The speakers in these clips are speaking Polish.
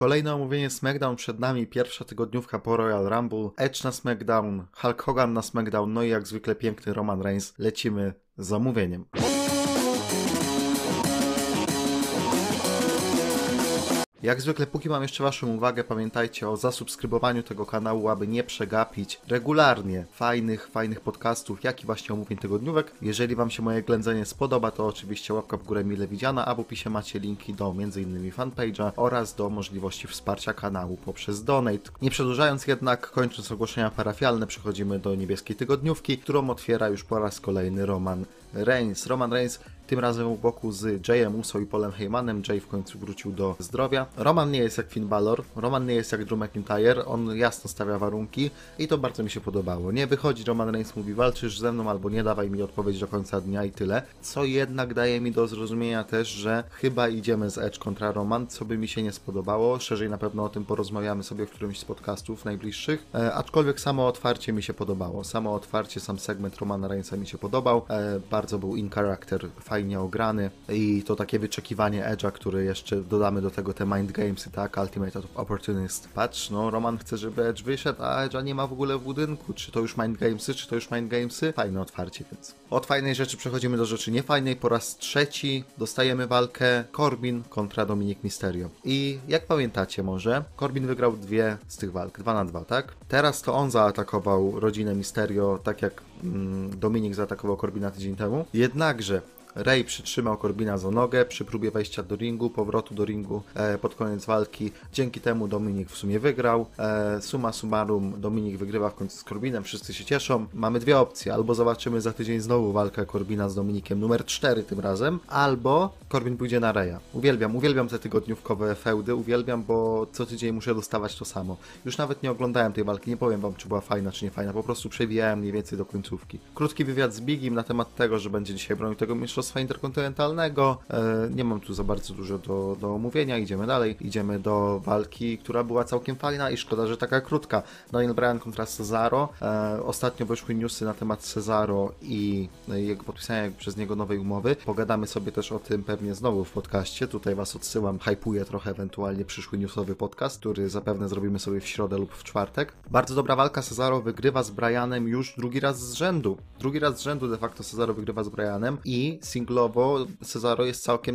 Kolejne omówienie SmackDown przed nami, pierwsza tygodniówka po Royal Rumble, Edge na SmackDown, Hulk Hogan na SmackDown, no i jak zwykle piękny Roman Reigns. Lecimy z omówieniem. Jak zwykle, póki mam jeszcze Waszą uwagę, pamiętajcie o zasubskrybowaniu tego kanału, aby nie przegapić regularnie fajnych podcastów, jak i właśnie omówień tygodniówek. Jeżeli Wam się moje ględzenie spodoba, to oczywiście łapka w górę mile widziana, a w opisie macie linki do m.in. fanpage'a oraz do możliwości wsparcia kanału poprzez donate. Nie przedłużając jednak, kończąc ogłoszenia parafialne, przechodzimy do niebieskiej tygodniówki, którą otwiera już po raz kolejny Roman Reigns. Roman Reigns tym razem u boku z Jayem Uso i Paulem Heymanem. Jay w końcu wrócił do zdrowia. Roman nie jest jak Finn Balor, Roman nie jest jak Drew McIntyre, on jasno stawia warunki i to bardzo mi się podobało. Nie wychodzi Roman Reigns, mówi walczysz ze mną albo nie, dawaj mi odpowiedź do końca dnia i tyle. Co jednak daje mi do zrozumienia też, że chyba idziemy z Edge kontra Roman, co by mi się nie spodobało. Szerzej na pewno o tym porozmawiamy sobie w którymś z podcastów najbliższych. Aczkolwiek samo otwarcie mi się podobało. Samo otwarcie, sam segment Romana Reignsa mi się podobał. Bardzo był in character, fajnie ograny i to takie wyczekiwanie Edge'a, który jeszcze dodamy do tego te Mind Gamesy, tak? Ultimate Opportunist. Patrz, no Roman chce, żeby Edge wyszedł, a Edge'a nie ma w ogóle w budynku. Czy to już Mind Gamesy, czy to już Mind Gamesy? Fajne otwarcie, więc. Od fajnej rzeczy przechodzimy do rzeczy niefajnej. Po raz trzeci dostajemy walkę Corbin kontra Dominic Mysterio. I jak pamiętacie może, Corbin wygrał dwie z tych walk, 2-2, tak? Teraz to on zaatakował rodzinę Mysterio, tak jak Dominik zaatakował Corbina tydzień temu. Jednakże Rey przytrzymał Corbina za nogę przy próbie wejścia do ringu, powrotu do ringu pod koniec walki. Dzięki temu Dominik w sumie wygrał. Summa summarum, Dominik wygrywa w końcu z Corbinem, wszyscy się cieszą. Mamy dwie opcje, albo zobaczymy za tydzień znowu walkę Corbina z Dominikiem numer 4 tym razem, albo Corbin pójdzie na Reya. Uwielbiam te tygodniówkowe feudy, uwielbiam, bo co tydzień muszę dostawać to samo. Już nawet nie oglądałem tej walki, nie powiem wam, czy była fajna, czy nie fajna, po prostu przewijałem mniej więcej do końcówki. Krótki wywiad z Bigim na temat tego, że będzie dzisiaj bronił tego mistrzostwa interkontynentalnego. Nie mam tu za bardzo dużo do omówienia. Idziemy dalej. Idziemy do walki, która była całkiem fajna i szkoda, że taka krótka. Daniel Bryan kontra Cesaro. Ostatnio wyszły newsy na temat Cesaro i jego podpisania przez niego nowej umowy. Pogadamy sobie też o tym pewnie znowu w podcaście. Tutaj was odsyłam, hypuję trochę ewentualnie przyszły newsowy podcast, który zapewne zrobimy sobie w środę lub w czwartek. Bardzo dobra walka. Cesaro wygrywa z Bryanem już drugi raz z rzędu. Drugi raz z rzędu de facto Cesaro wygrywa z Bryanem i singlowo Cesaro jest całkiem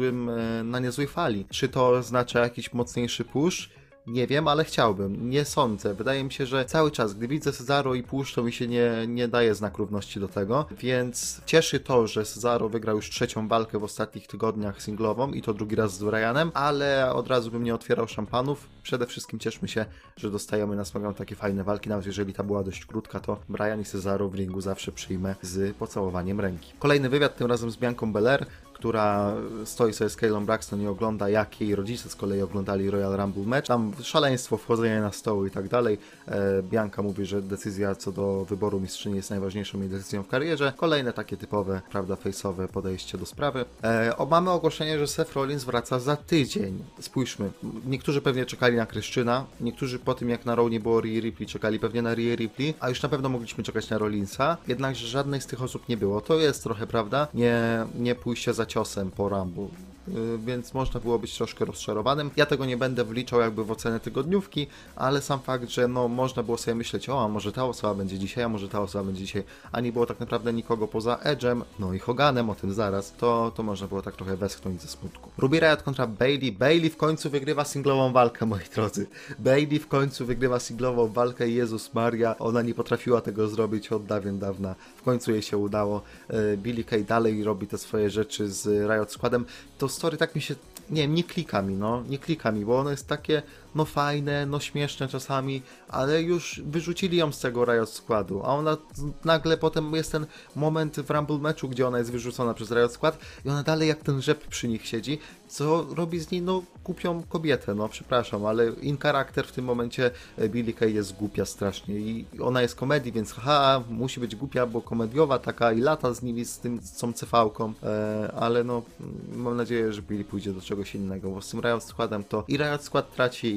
na niezłej fali. Czy to oznacza jakiś mocniejszy push? Nie wiem, ale chciałbym. Nie sądzę. Wydaje mi się, że cały czas, gdy widzę Cesaro i push, to mi się nie daje znak równości do tego, więc cieszy to, że Cesaro wygrał już trzecią walkę w ostatnich tygodniach singlową i to drugi raz z Bryanem, ale od razu bym nie otwierał szampanów. Przede wszystkim cieszmy się, że dostajemy na SmackDown takie fajne walki, nawet jeżeli ta była dość krótka, to Bryan i Cesaro w ringu zawsze przyjmę z pocałowaniem ręki. Kolejny wywiad, tym razem z Bianką Belair, która stoi sobie z Kaylą Braxton i ogląda, jak jej rodzice z kolei oglądali Royal Rumble match. Tam szaleństwo, wchodzenie na stoły i tak dalej. Bianka mówi, że decyzja co do wyboru mistrzyni jest najważniejszą jej decyzją w karierze. Kolejne takie typowe, prawda, face'owe podejście do sprawy. Mamy ogłoszenie, że Seth Rollins wraca za tydzień. Spójrzmy, niektórzy pewnie czekali na Christiana, niektórzy po tym jak na Raw nie było Rhea Ripley, czekali pewnie na Rhea Ripley, a już na pewno mogliśmy czekać na Rollinsa, jednakże żadnej z tych osób nie było. To jest trochę prawda, nie pójście za ciosem po Rumble. Więc można było być troszkę rozczarowanym. Ja tego nie będę wliczał jakby w ocenę tygodniówki, ale sam fakt, że no można było sobie myśleć, a może ta osoba będzie dzisiaj, a może ta osoba będzie dzisiaj, a nie było tak naprawdę nikogo poza Edge'em, no i Hoganem, o tym zaraz, to można było tak trochę westchnąć ze smutku. Ruby Riott kontra Bayley. Bayley w końcu wygrywa singlową walkę, moi drodzy. Bayley w końcu wygrywa singlową walkę, Jezus Maria, ona nie potrafiła tego zrobić od dawien dawna. W końcu jej się udało. Billie Kay dalej robi te swoje rzeczy z Riot Squadem. To story tak mi się, nie wiem, nie klika mi, bo ono jest takie, no fajne, no śmieszne czasami, ale już wyrzucili ją z tego Riot Squadu, a ona nagle potem jest ten moment w Rumble meczu, gdzie ona jest wyrzucona przez Riot Squad i ona dalej jak ten rzep przy nich siedzi, co robi z niej, no, głupią kobietę, no przepraszam, ale in charakter w tym momencie Billie Kay jest głupia strasznie i ona jest komedii, więc haha, musi być głupia, bo komediowa taka i lata z nimi, z tą CV-ką, ale no, mam nadzieję, że Billie pójdzie do czegoś innego, bo z tym Riot Squadem to i Riot Squad traci, i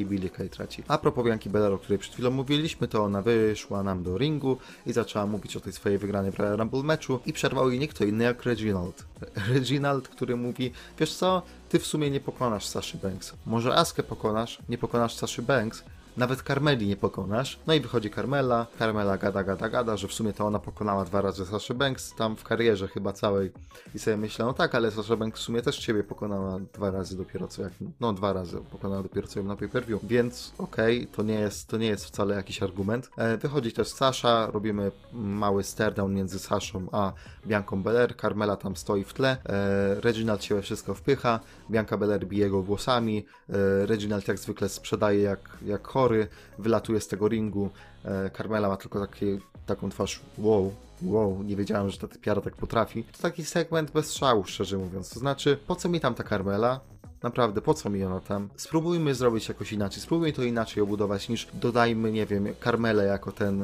Billie Kay traci. A propos Bianki Belair, o której przed chwilą mówiliśmy, to ona wyszła nam do ringu i zaczęła mówić o tej swojej wygranej w Royal Rumble meczu i przerwał jej nie kto inny jak Reginald. Reginald, który mówi, wiesz co, ty w sumie nie pokonasz Saszy Banks. Może Askę pokonasz, nie pokonasz Saszy Banks, nawet Carmeli nie pokonasz. No i wychodzi Carmela gada, że w sumie to ona pokonała 2 razy Saszę Banks tam w karierze chyba całej. I sobie myślę, no tak, ale Sasha Banks w sumie też ciebie pokonała 2 razy dopiero co jak... No 2 razy pokonała dopiero co ją na pay-per-view. Więc okej, to nie jest wcale jakiś argument. Wychodzi też Sasha, robimy mały stare-down między Saszą a Bianką Belair. Carmela tam stoi w tle. Reginald się we wszystko wpycha. Bianca Belair bije go włosami. Reginald jak zwykle sprzedaje jak chory, wylatuje z tego ringu. Carmela ma tylko taką twarz wow, nie wiedziałem, że ta typiara tak potrafi. To taki segment bez szału, szczerze mówiąc. To znaczy, po co mi tam ta Carmela? Naprawdę, po co mi ona tam? Spróbujmy zrobić jakoś inaczej. Spróbujmy to inaczej obudować niż dodajmy, nie wiem, Carmelę jako ten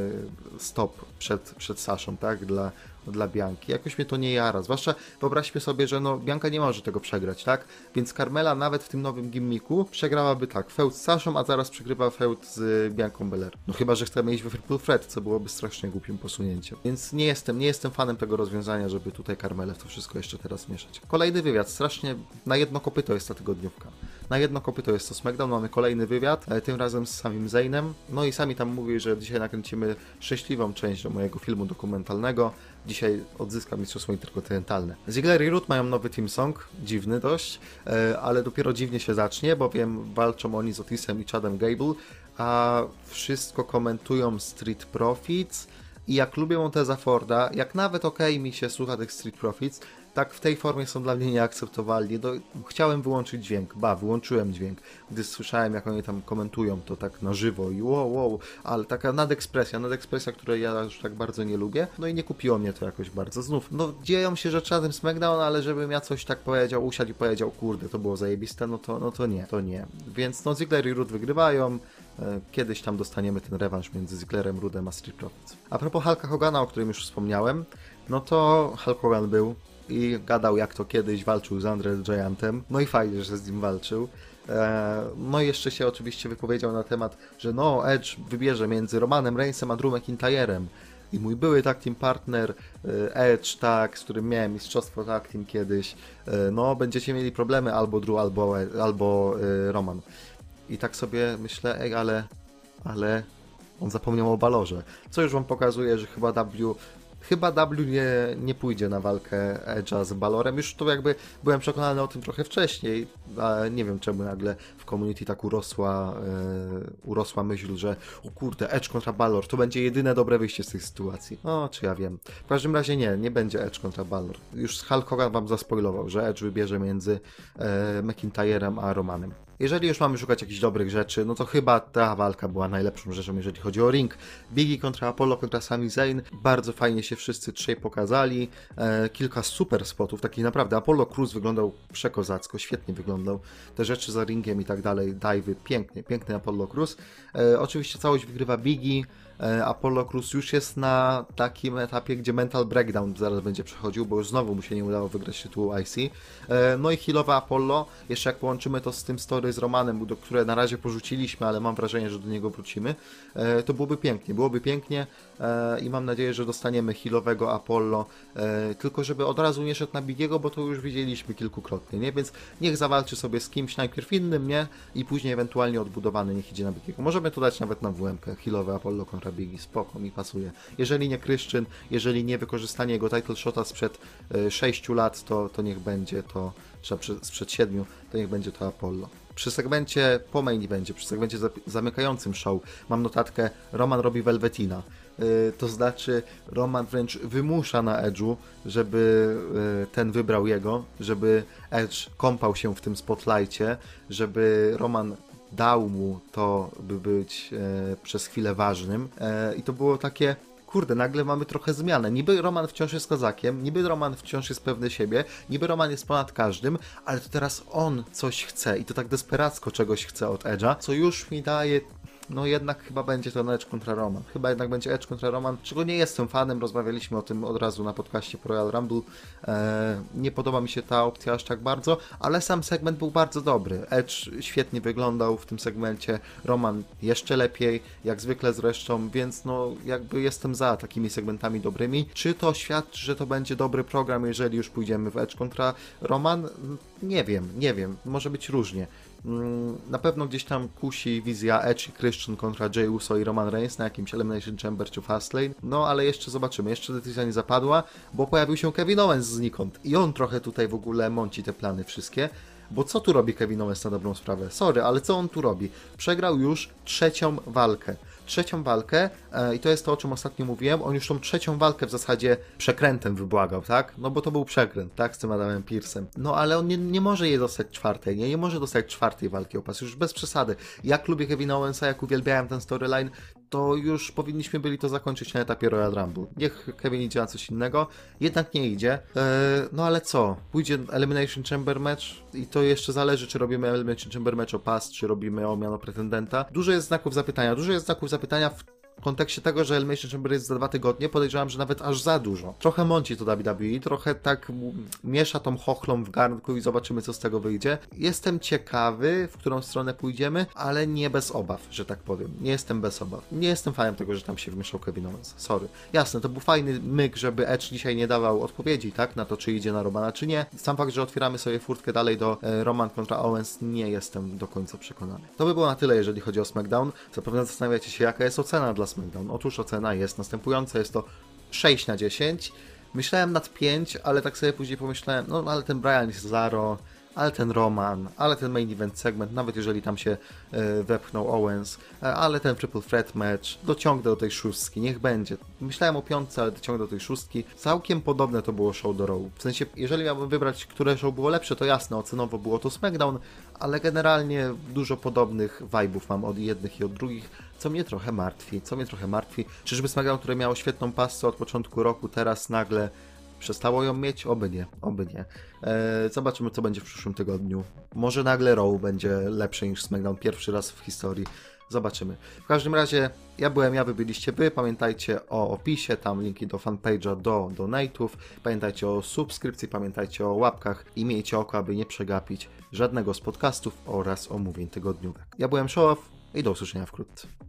stop przed Saszą, tak? Dla Bianki. Jakoś mnie to nie jara. Zwłaszcza wyobraźmy sobie, że no Bianka nie może tego przegrać, tak? Więc Carmela nawet w tym nowym gimmiku przegrałaby tak, feud z Saszą, a zaraz przegrywa feud z Bianką Belair. No chyba, że chcemy iść w Triple Threat, co byłoby strasznie głupim posunięciem. Więc nie jestem fanem tego rozwiązania, żeby tutaj Carmelę w to wszystko jeszcze teraz mieszać. Kolejny wywiad, strasznie na jedno kopyto jest ta tygodniówka. Na jedno kopyto jest to SmackDown, mamy kolejny wywiad, tym razem z samym Zainem. No i sami tam mówi, że dzisiaj nakręcimy szczęśliwą część do mojego filmu dokumentalnego. Dzisiaj odzyska Mistrzostwo Interkontynentalne. Ziggler i Roode mają nowy team song, dziwny dość, ale dopiero dziwnie się zacznie, bowiem walczą oni z Otisem i Chadem Gable, a wszystko komentują Street Profits. I jak lubię Monteza Forda, jak nawet mi się słucha tych Street Profits, tak w tej formie są dla mnie nieakceptowalni. Chciałem wyłączyć dźwięk, wyłączyłem dźwięk, gdy słyszałem, jak oni tam komentują to tak na żywo i wow, ale taka nadekspresja, której ja już tak bardzo nie lubię, no i nie kupiło mnie to jakoś bardzo. Znów, no dzieją się rzeczy na tym SmackDown, ale żebym ja coś tak powiedział, usiadł i powiedział, kurde, to było zajebiste, no to nie. Więc no Ziggler i Roode wygrywają, kiedyś tam dostaniemy ten rewanż między Zigglerem, Roodem a Street Profits. A propos Hulka Hogana, o którym już wspomniałem, no to Hulk Hogan był i gadał, jak to kiedyś walczył z Andre the Giantem. No i fajnie, że z nim walczył. No i jeszcze się oczywiście wypowiedział na temat, że no Edge wybierze między Romanem Reignsem a Drew McIntyrem. I mój były tag team partner Edge, tak, z którym miałem mistrzostwo tag team kiedyś, no będziecie mieli problemy albo Drew, albo Roman. I tak sobie myślę, ale on zapomniał o Balorze. Co już wam pokazuje, że chyba W nie pójdzie na walkę Edge'a z Balorem. Już to jakby byłem przekonany o tym trochę wcześniej, a nie wiem czemu nagle w community tak urosła myśl, że o kurde, Edge kontra Balor, to będzie jedyne dobre wyjście z tej sytuacji. O, czy ja wiem. W każdym razie nie będzie Edge kontra Balor. Już Hulk Hogan wam zaspoilował, że Edge wybierze między McIntyrem a Romanem. Jeżeli już mamy szukać jakichś dobrych rzeczy, no to chyba ta walka była najlepszą rzeczą, jeżeli chodzi o ring. Biggie kontra Apollo kontra Sami Zayn. Bardzo fajnie się wszyscy trzej pokazali. Kilka super spotów, takich naprawdę. Apollo Crews wyglądał przekozacko, świetnie wyglądał. Te rzeczy za ringiem i tak dalej, dive'y, piękny Apollo Crews. Oczywiście całość wygrywa Biggie. Apollo Crews już jest na takim etapie, gdzie mental breakdown zaraz będzie przechodził, bo już znowu mu się nie udało wygrać tytułu IC. No i healowe Apollo, jeszcze jak połączymy to z tym story z Romanem, które na razie porzuciliśmy, ale mam wrażenie, że do niego wrócimy, to byłoby pięknie i mam nadzieję, że dostaniemy healowego Apollo, tylko żeby od razu nie szedł na Bigiego, bo to już widzieliśmy kilkukrotnie, nie? Więc niech zawalczy sobie z kimś najpierw innym, nie? I później ewentualnie odbudowany niech idzie na Bigiego. Możemy to dać nawet na WM-kę, healowe Apollo kontra Biggie, spoko, mi pasuje. Jeżeli nie Christian, jeżeli nie wykorzystanie jego title shota sprzed 6 lat, to niech będzie to, sprzed 7, to niech będzie to Apollo. Przy segmencie po main evencie, przy segmencie zamykającym show mam notatkę Roman robi Velvetina. To znaczy Roman wręcz wymusza na Edge'u, żeby ten wybrał jego, żeby Edge kąpał się w tym spotlightie, żeby Roman dał mu to, by być przez chwilę ważnym. I to było takie, kurde, nagle mamy trochę zmianę. Niby Roman wciąż jest kozakiem, niby Roman wciąż jest pewny siebie, niby Roman jest ponad każdym, ale to teraz on coś chce i to tak desperacko czegoś chce od Edge'a, co już mi daje no jednak chyba będzie to Edge kontra Roman. Chyba jednak będzie Edge kontra Roman, czego nie jestem fanem, rozmawialiśmy o tym od razu na podcaście po Royal Rumble. Nie podoba mi się ta opcja aż tak bardzo, ale sam segment był bardzo dobry. Edge świetnie wyglądał w tym segmencie, Roman jeszcze lepiej, jak zwykle zresztą, więc no jakby jestem za takimi segmentami dobrymi. Czy to świadczy, że to będzie dobry program, jeżeli już pójdziemy w Edge kontra Roman? Nie wiem, może być różnie. Na pewno gdzieś tam kusi wizja Edge i Christian kontra Jey Uso i Roman Reigns na jakimś Elimination Chamber czy Fastlane, no ale jeszcze zobaczymy, jeszcze decyzja nie zapadła, bo pojawił się Kevin Owens znikąd i on trochę tutaj w ogóle mąci te plany wszystkie. Bo co tu robi Kevin Owens na dobrą sprawę? Sorry, ale co on tu robi? Przegrał już trzecią walkę. I to jest to, o czym ostatnio mówiłem, on już tą trzecią walkę w zasadzie przekrętem wybłagał, tak? No bo to był przekręt, tak? Z tym Adamem Pearce'em. No ale on nie może jej dostać czwartej, nie może dostać czwartej walki o pas, już bez przesady. Jak lubię Kevina Owensa, jak uwielbiałem ten storyline, to już powinniśmy byli to zakończyć na etapie Royal Rumble. Niech Kevin idzie na coś innego, jednak nie idzie. No ale co? Pójdzie Elimination Chamber match i to jeszcze zależy, czy robimy Elimination Chamber match o pas, czy robimy o miano pretendenta. Dużo jest znaków zapytania w kontekście tego, że Elimination Chamber jest za 2 tygodnie, podejrzewam, że nawet aż za dużo. Trochę mąci to WWE, trochę tak miesza tą chochlą w garnku i zobaczymy, co z tego wyjdzie. Jestem ciekawy, w którą stronę pójdziemy, ale nie bez obaw, że tak powiem. Nie jestem bez obaw. Nie jestem fanem tego, że tam się wmieszał Kevin Owens. Sorry. Jasne, to był fajny myk, żeby Edge dzisiaj nie dawał odpowiedzi, tak? Na to, czy idzie na Romana, czy nie. Sam fakt, że otwieramy sobie furtkę dalej do Roman kontra Owens, nie jestem do końca przekonany. To by było na tyle, jeżeli chodzi o SmackDown. Zapewne zastanawiacie się, jaka jest ocena dla SmackDown. Otóż ocena jest następująca, jest to 6 na 10. Myślałem nad 5, ale tak sobie później pomyślałem, no ale ten Bryan jest Cesaro, ale ten Roman, ale ten main event segment, nawet jeżeli tam się wepchnął Owens, ale ten triple threat match, dociągnę do tej 6, niech będzie. Myślałem o 5, ale dociągnę do tej 6. Całkiem podobne to było show do Raw. W sensie, jeżeli miałbym wybrać, które show było lepsze, to jasne, ocenowo było to SmackDown, ale generalnie dużo podobnych vibe'ów mam od jednych i od drugich, co mnie trochę martwi. Czyżby SmackDown, które miało świetną pasę od początku roku, teraz nagle przestało ją mieć? Oby nie. Zobaczymy, co będzie w przyszłym tygodniu. Może nagle Raw będzie lepsze niż SmackDown pierwszy raz w historii. Zobaczymy. W każdym razie, wy byliście wy. Pamiętajcie o opisie, tam linki do fanpage'a, do donate'ów. Pamiętajcie o subskrypcji, pamiętajcie o łapkach i miejcie oko, aby nie przegapić żadnego z podcastów oraz omówień tygodniówek. Ja byłem Show Off i do usłyszenia wkrótce.